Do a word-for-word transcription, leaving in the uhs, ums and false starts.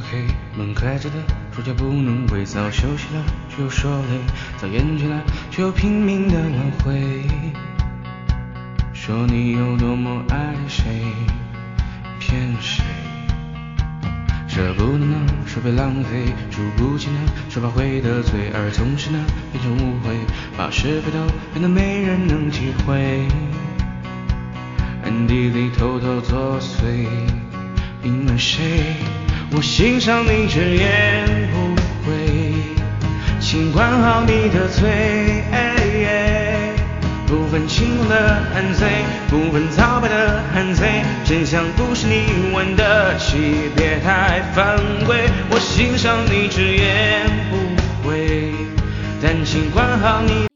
黑，门开着的，主角不能微笑，休息了却又说累，早眼前来却又拼命的挽回，说你有多么爱谁，骗谁，舍不得呢，是被浪费，输不起呢，是怕会得罪，而从此呢，变成误会，把是非都变得没人能体会，暗地里偷偷作祟，因为谁？我欣赏你直言不讳，请管好你的嘴，不分青红的汉贼，不分苍白的汉贼，真相不是你玩得起，别太犯规。我欣赏你直言不讳，但请管好你